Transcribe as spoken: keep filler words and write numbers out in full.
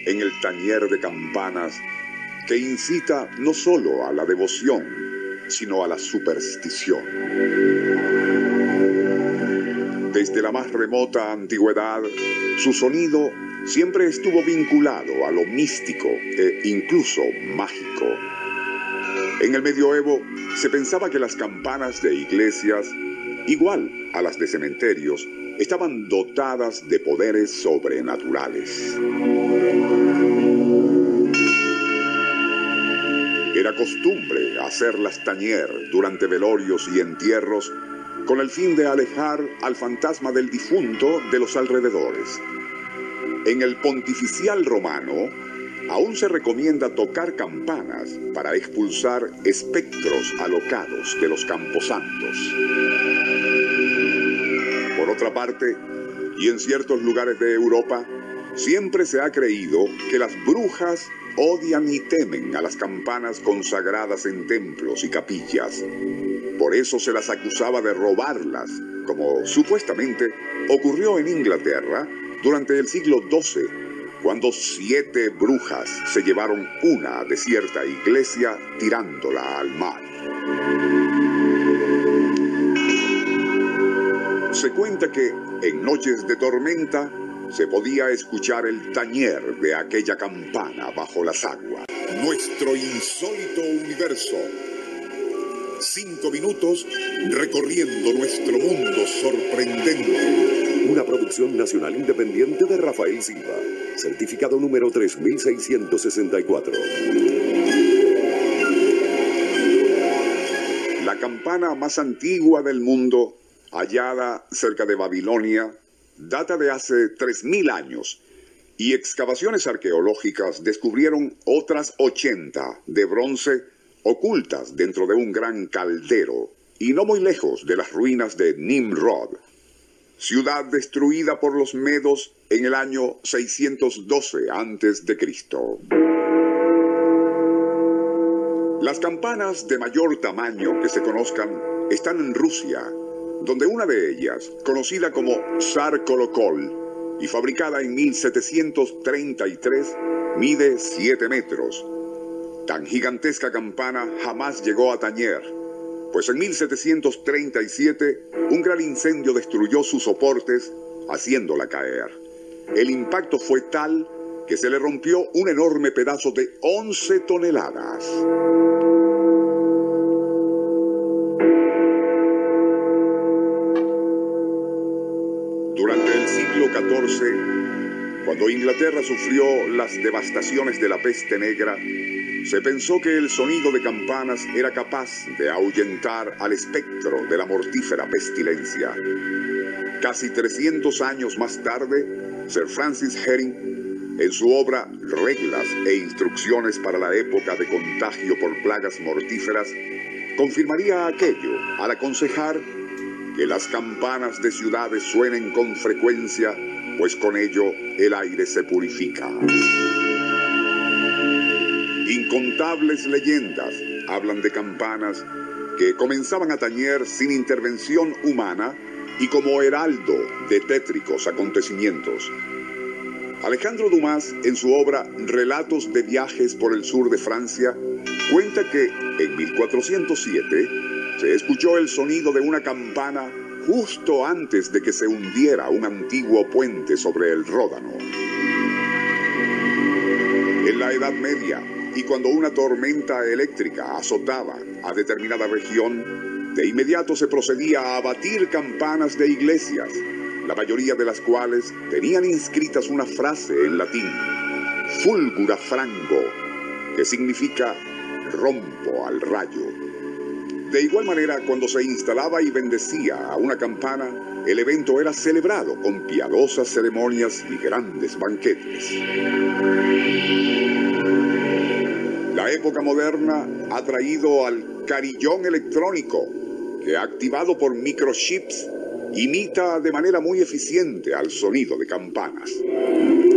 en el tañer de campanas que incita no solo a la devoción, sino a la superstición. Desde la más remota antigüedad, su sonido siempre estuvo vinculado a lo místico e incluso mágico. En el medioevo se pensaba que las campanas de iglesias, igual a las de cementerios, estaban dotadas de poderes sobrenaturales. Era costumbre hacerlas tañer durante velorios y entierros con el fin de alejar al fantasma del difunto de los alrededores. En el Pontificial Romano aún se recomienda tocar campanas para expulsar espectros alocados de los camposantos. Por otra parte, y en ciertos lugares de Europa, siempre se ha creído que las brujas odian y temen a las campanas consagradas en templos y capillas. Por eso se las acusaba de robarlas, como supuestamente ocurrió en Inglaterra durante el siglo doce, cuando siete brujas se llevaron una de cierta iglesia tirándola al mar. Se cuenta que en noches de tormenta se podía escuchar el tañer de aquella campana bajo las aguas. Nuestro insólito universo. Cinco minutos recorriendo nuestro mundo sorprendente. Una producción nacional independiente de Rafael Silva. Certificado número tres mil seiscientos sesenta y cuatro. La campana más antigua del mundo, hallada cerca de Babilonia, data de hace tres mil años, y excavaciones arqueológicas descubrieron otras ochenta de bronce ocultas dentro de un gran caldero, y no muy lejos de las ruinas de Nimrod, ciudad destruida por los medos en el año seiscientos doce antes de Cristo. Las campanas de mayor tamaño que se conozcan están en Rusia, donde una de ellas, conocida como Tsar Kolokol y fabricada en mil setecientos treinta y tres, mide siete metros. Tan gigantesca campana jamás llegó a tañer, pues en mil setecientos treinta y siete un gran incendio destruyó sus soportes, haciéndola caer. El impacto fue tal que se le rompió un enorme pedazo de once toneladas. Durante el siglo catorce, cuando Inglaterra sufrió las devastaciones de la peste negra, se pensó que el sonido de campanas era capaz de ahuyentar al espectro de la mortífera pestilencia. Casi trescientos años más tarde, Sir Francis Herring, en su obra Reglas e Instrucciones para la época de contagio por plagas mortíferas, confirmaría aquello al aconsejar que las campanas de ciudades suenen con frecuencia, pues con ello el aire se purifica. Incontables leyendas hablan de campanas que comenzaban a tañer sin intervención humana y como heraldo de tétricos acontecimientos. Alejandro Dumas, en su obra Relatos de viajes por el sur de Francia, cuenta que en mil cuatrocientos siete se escuchó el sonido de una campana justo antes de que se hundiera un antiguo puente sobre el Ródano. En la Edad Media, y cuando una tormenta eléctrica azotaba a determinada región, de inmediato se procedía a abatir campanas de iglesias, la mayoría de las cuales tenían inscritas una frase en latín, fulgura frango, que significa rompo al rayo. De igual manera, cuando se instalaba y bendecía a una campana, el evento era celebrado con piadosas ceremonias y grandes banquetes. La época moderna ha traído al carillón electrónico, que activado por microchips, imita de manera muy eficiente al sonido de campanas.